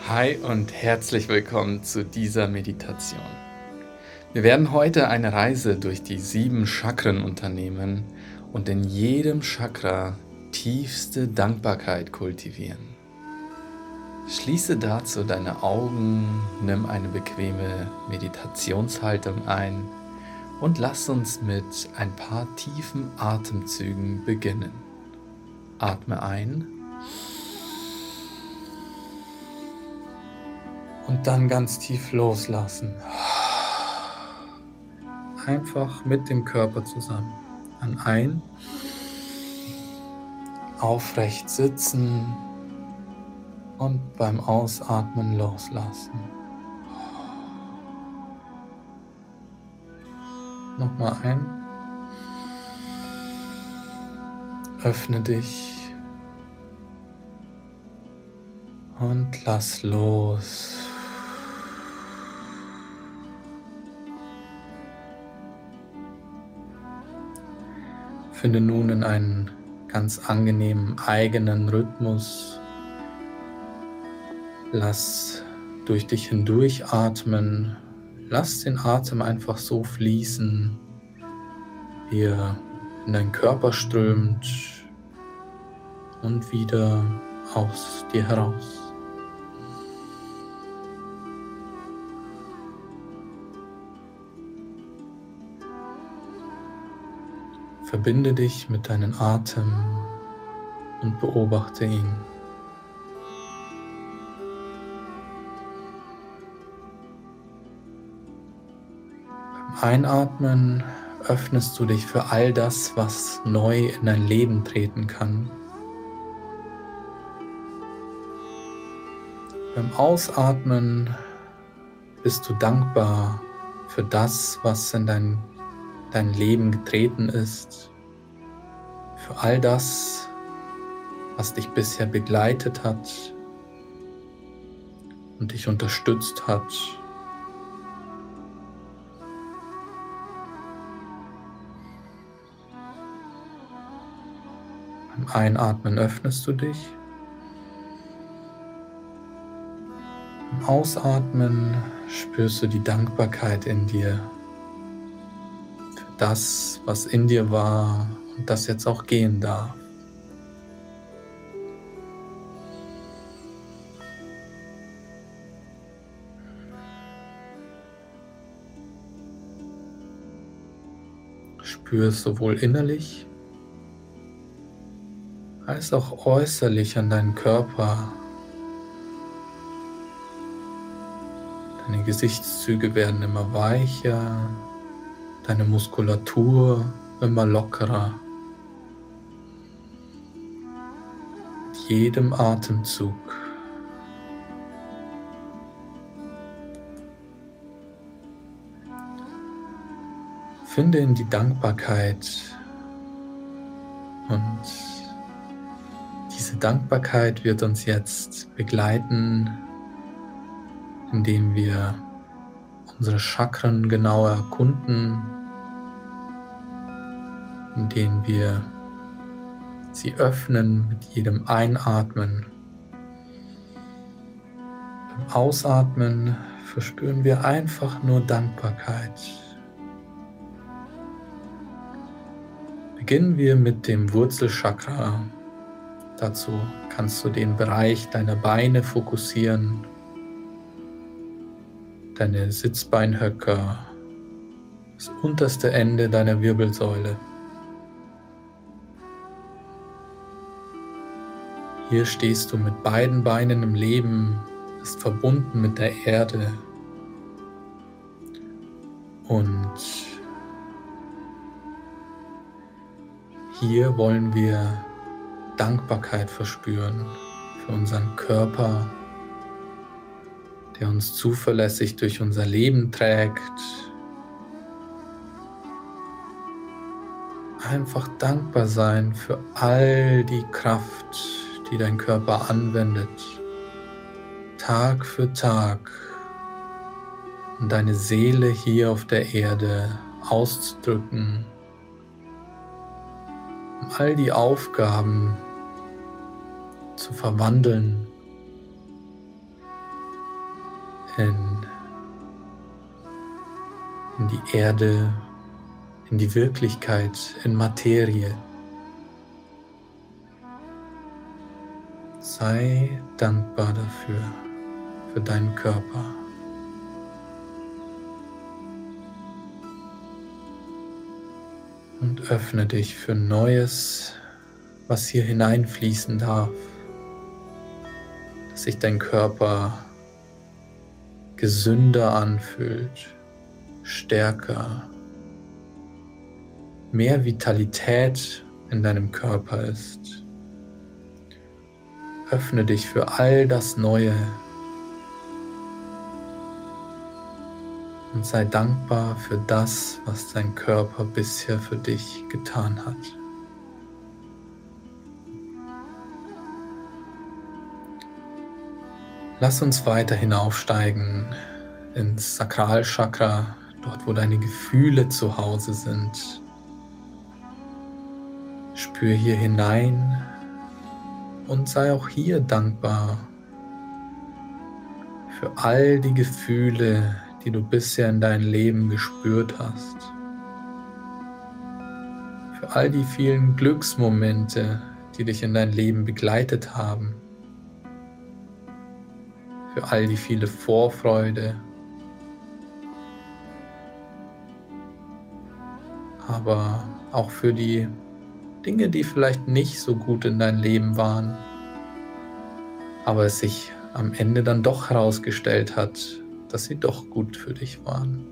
Hi und herzlich willkommen zu dieser Meditation. Wir werden heute eine Reise durch die 7 Chakren unternehmen und in jedem Chakra tiefste Dankbarkeit kultivieren. Schließe dazu deine Augen, nimm eine bequeme Meditationshaltung ein und lass uns mit ein paar tiefen Atemzügen beginnen. Atme ein. Und dann ganz tief loslassen. Einfach mit dem Körper zusammen. Dann ein, aufrecht sitzen und beim Ausatmen loslassen. Nochmal ein. Öffne dich und lass los. Finde nun in einen ganz angenehmen eigenen Rhythmus. Lass durch dich hindurch atmen. Lass den Atem einfach so fließen, wie er in deinen Körper strömt und wieder aus dir heraus. Verbinde dich mit deinem Atem und beobachte ihn. Beim Einatmen öffnest du dich für all das, was neu in dein Leben treten kann. Beim Ausatmen bist du dankbar für das, was in dein Leben getreten ist, für all das, was dich bisher begleitet hat und dich unterstützt hat. Beim Einatmen öffnest du dich. Beim Ausatmen spürst du die Dankbarkeit in dir für das, was in dir war und das jetzt auch gehen darf. Spür es sowohl innerlich als auch äußerlich an deinen Körper. Deine Gesichtszüge werden immer weicher, deine Muskulatur immer lockerer. Mit jedem Atemzug. Finde in die Dankbarkeit und diese Dankbarkeit wird uns jetzt begleiten, indem wir unsere Chakren genauer erkunden, indem wir sie öffnen mit jedem Einatmen. Beim Ausatmen verspüren wir einfach nur Dankbarkeit. Beginnen wir mit dem Wurzelchakra. Dazu kannst du den Bereich deiner Beine fokussieren, deine Sitzbeinhöcker, das unterste Ende deiner Wirbelsäule. Hier stehst du mit beiden Beinen im Leben, bist verbunden mit der Erde und hier wollen wir Dankbarkeit verspüren für unseren Körper, der uns zuverlässig durch unser Leben trägt. Einfach dankbar sein für all die Kraft, die dein Körper anwendet, Tag für Tag, um deine Seele hier auf der Erde auszudrücken, um all die Aufgaben zu verwandeln in die Erde, in die Wirklichkeit, in Materie. Sei dankbar dafür, für deinen Körper. Und öffne dich für Neues, was hier hineinfließen darf, dass sich dein Körper gesünder anfühlt, stärker, mehr Vitalität in deinem Körper ist. Öffne dich für all das Neue und sei dankbar für das, was dein Körper bisher für dich getan hat. Lass uns weiter hinaufsteigen ins Sakralchakra, dort wo deine Gefühle zu Hause sind. Spür hier hinein und sei auch hier dankbar für all die Gefühle, die du bisher in deinem Leben gespürt hast. Für all die vielen Glücksmomente, die dich in dein Leben begleitet haben. Für all die viele Vorfreude, aber auch für die Dinge, die vielleicht nicht so gut in deinem Leben waren, aber es sich am Ende dann doch herausgestellt hat, dass sie doch gut für dich waren.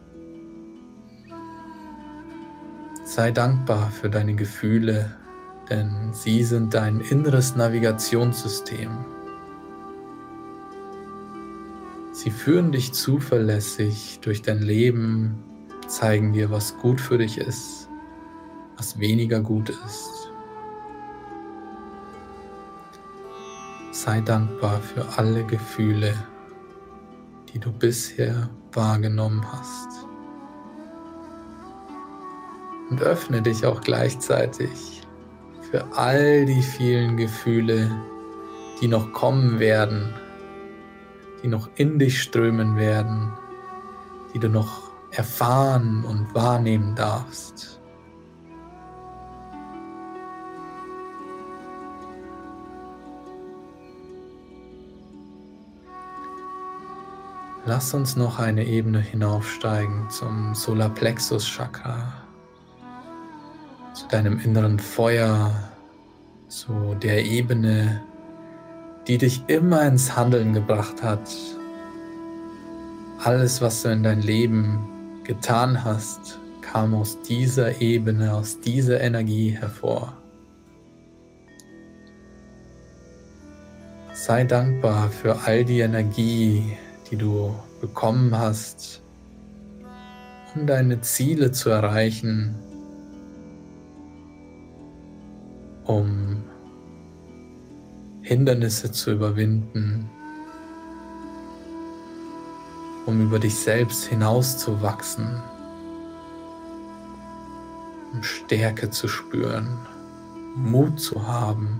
Sei dankbar für deine Gefühle, denn sie sind dein inneres Navigationssystem. Sie führen dich zuverlässig durch dein Leben, zeigen dir, was gut für dich ist, was weniger gut ist. Sei dankbar für alle Gefühle, die du bisher wahrgenommen hast. Und öffne dich auch gleichzeitig für all die vielen Gefühle, die noch kommen werden, die noch in dich strömen werden, die du noch erfahren und wahrnehmen darfst. Lass uns noch eine Ebene hinaufsteigen zum Solarplexus-Chakra, zu deinem inneren Feuer, zu der Ebene, die dich immer ins Handeln gebracht hat. Alles, was du in dein Leben getan hast, kam aus dieser Ebene, aus dieser Energie hervor. Sei dankbar für all die Energie, die du bekommen hast, um deine Ziele zu erreichen, um Hindernisse zu überwinden, um über dich selbst hinauszuwachsen, um Stärke zu spüren, Mut zu haben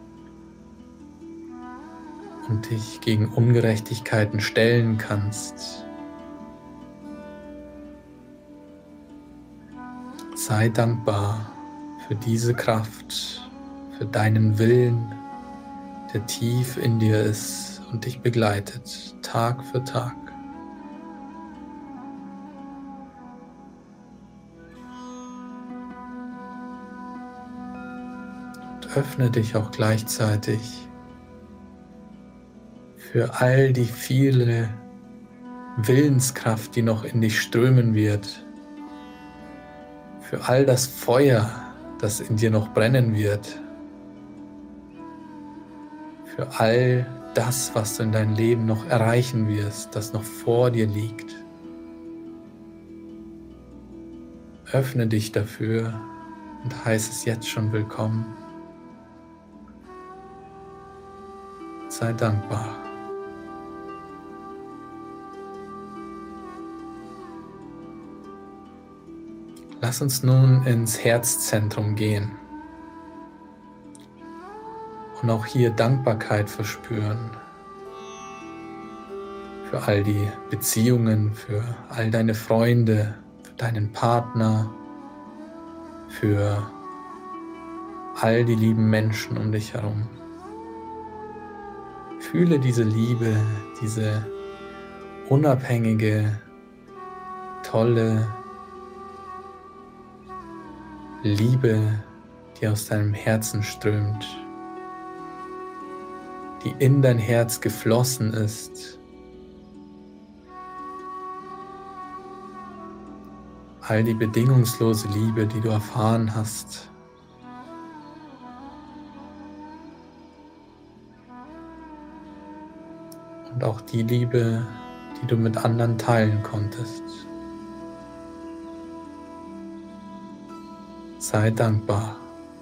und dich gegen Ungerechtigkeiten stellen kannst. Sei dankbar für diese Kraft, für deinen Willen, der tief in dir ist und dich begleitet, Tag für Tag. Und öffne dich auch gleichzeitig für all die viele Willenskraft, die noch in dich strömen wird, für all das Feuer, das in dir noch brennen wird, für all das, was du in deinem Leben noch erreichen wirst, das noch vor dir liegt. Öffne dich dafür und heiße es jetzt schon willkommen. Sei dankbar. Lass uns nun ins Herzzentrum gehen und auch hier Dankbarkeit verspüren für all die Beziehungen, für all deine Freunde, für deinen Partner, für all die lieben Menschen um dich herum. Fühle diese Liebe, diese unabhängige, tolle Liebe, die aus deinem Herzen strömt, die in dein Herz geflossen ist. All die bedingungslose Liebe, die du erfahren hast. Und auch die Liebe, die du mit anderen teilen konntest. Sei dankbar.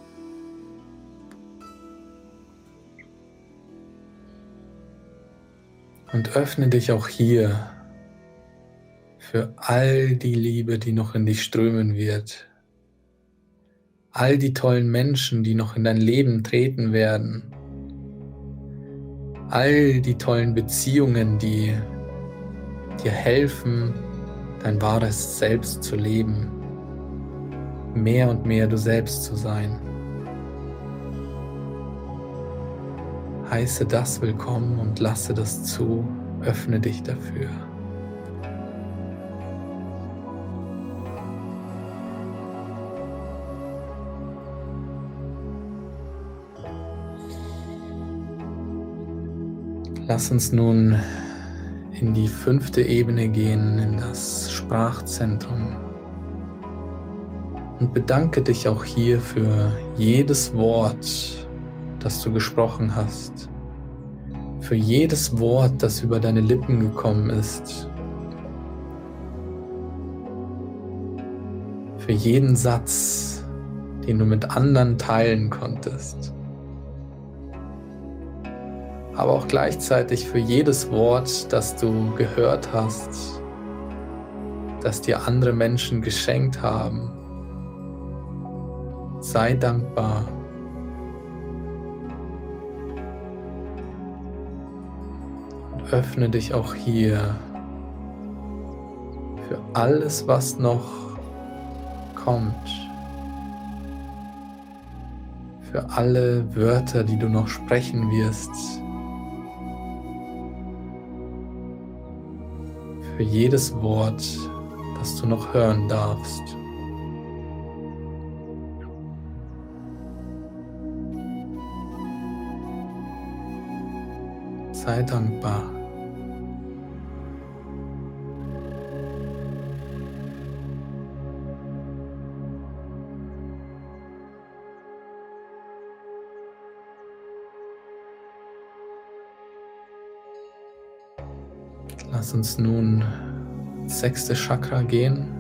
Und öffne dich auch hier für all die Liebe, die noch in dich strömen wird. All die tollen Menschen, die noch in dein Leben treten werden. All die tollen Beziehungen, die dir helfen, dein wahres Selbst zu leben. Mehr und mehr du selbst zu sein. Heiße das willkommen und lasse das zu. Öffne dich dafür. Lass uns nun in die 5. Ebene gehen, in das Sprachzentrum. Und bedanke dich auch hier für jedes Wort, das du gesprochen hast. Für jedes Wort, das über deine Lippen gekommen ist. Für jeden Satz, den du mit anderen teilen konntest. Aber auch gleichzeitig für jedes Wort, das du gehört hast, das dir andere Menschen geschenkt haben. Sei dankbar. Und öffne dich auch hier für alles, was noch kommt. Für alle Wörter, die du noch sprechen wirst. Für jedes Wort, das du noch hören darfst. Sei dankbar. Lass uns nun ins 6. Chakra gehen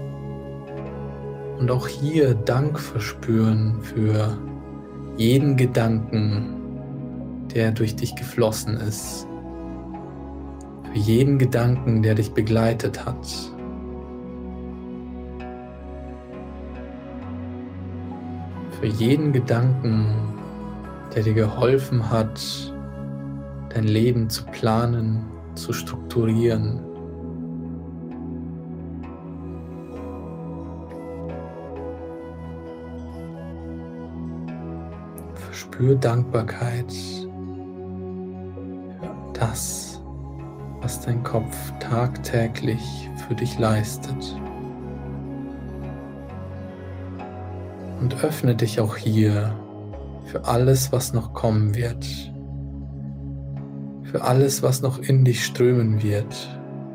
und auch hier Dank verspüren für jeden Gedanken, der durch dich geflossen ist, für jeden Gedanken, der dich begleitet hat. Für jeden Gedanken, der dir geholfen hat, dein Leben zu planen, zu strukturieren. Verspür Dankbarkeit für das, was dein Kopf tagtäglich für dich leistet. Und öffne dich auch hier für alles, was noch kommen wird. Für alles, was noch in dich strömen wird.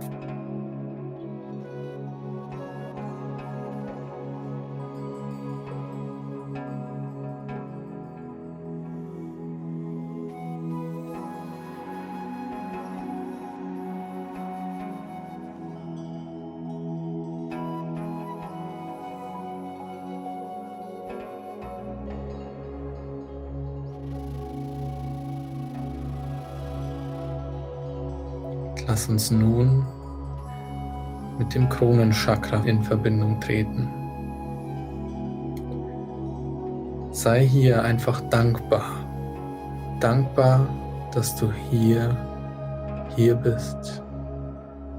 Lass uns nun mit dem Kronenchakra in Verbindung treten. Sei hier einfach dankbar. Dankbar, dass du hier bist.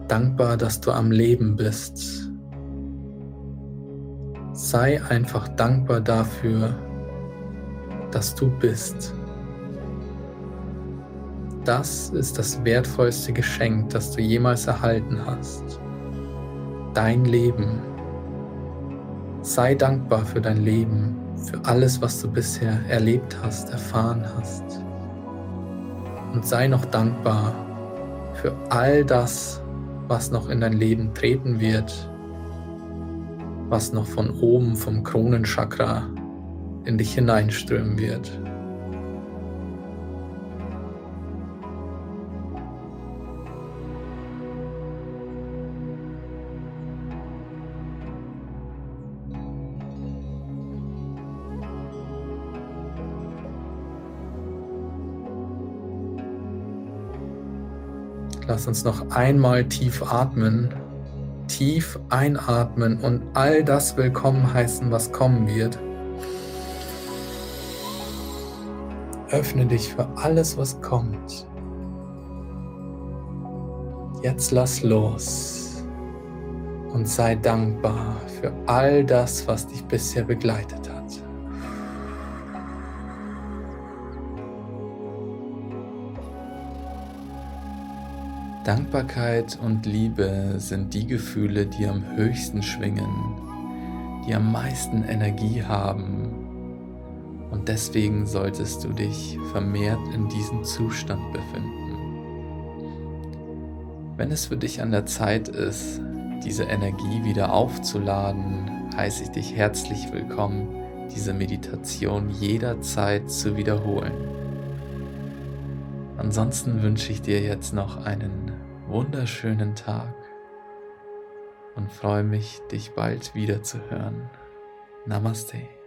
Dankbar, dass du am Leben bist. Sei einfach dankbar dafür, dass du bist. Das ist das wertvollste Geschenk, das du jemals erhalten hast. Dein Leben. Sei dankbar für dein Leben, für alles, was du bisher erlebt hast, erfahren hast. Und sei noch dankbar für all das, was noch in dein Leben treten wird, was noch von oben vom Kronenchakra in dich hineinströmen wird. Lass uns noch einmal tief atmen, tief einatmen und all das willkommen heißen, was kommen wird. Öffne dich für alles, was kommt. Jetzt lass los und sei dankbar für all das, was dich bisher begleitet hat. Dankbarkeit und Liebe sind die Gefühle, die am höchsten schwingen, die am meisten Energie haben. Und deswegen solltest du dich vermehrt in diesem Zustand befinden. Wenn es für dich an der Zeit ist, diese Energie wieder aufzuladen, heiße ich dich herzlich willkommen, diese Meditation jederzeit zu wiederholen. Ansonsten wünsche ich dir jetzt noch einen wunderschönen Tag und freue mich, dich bald wieder zu hören. Namaste.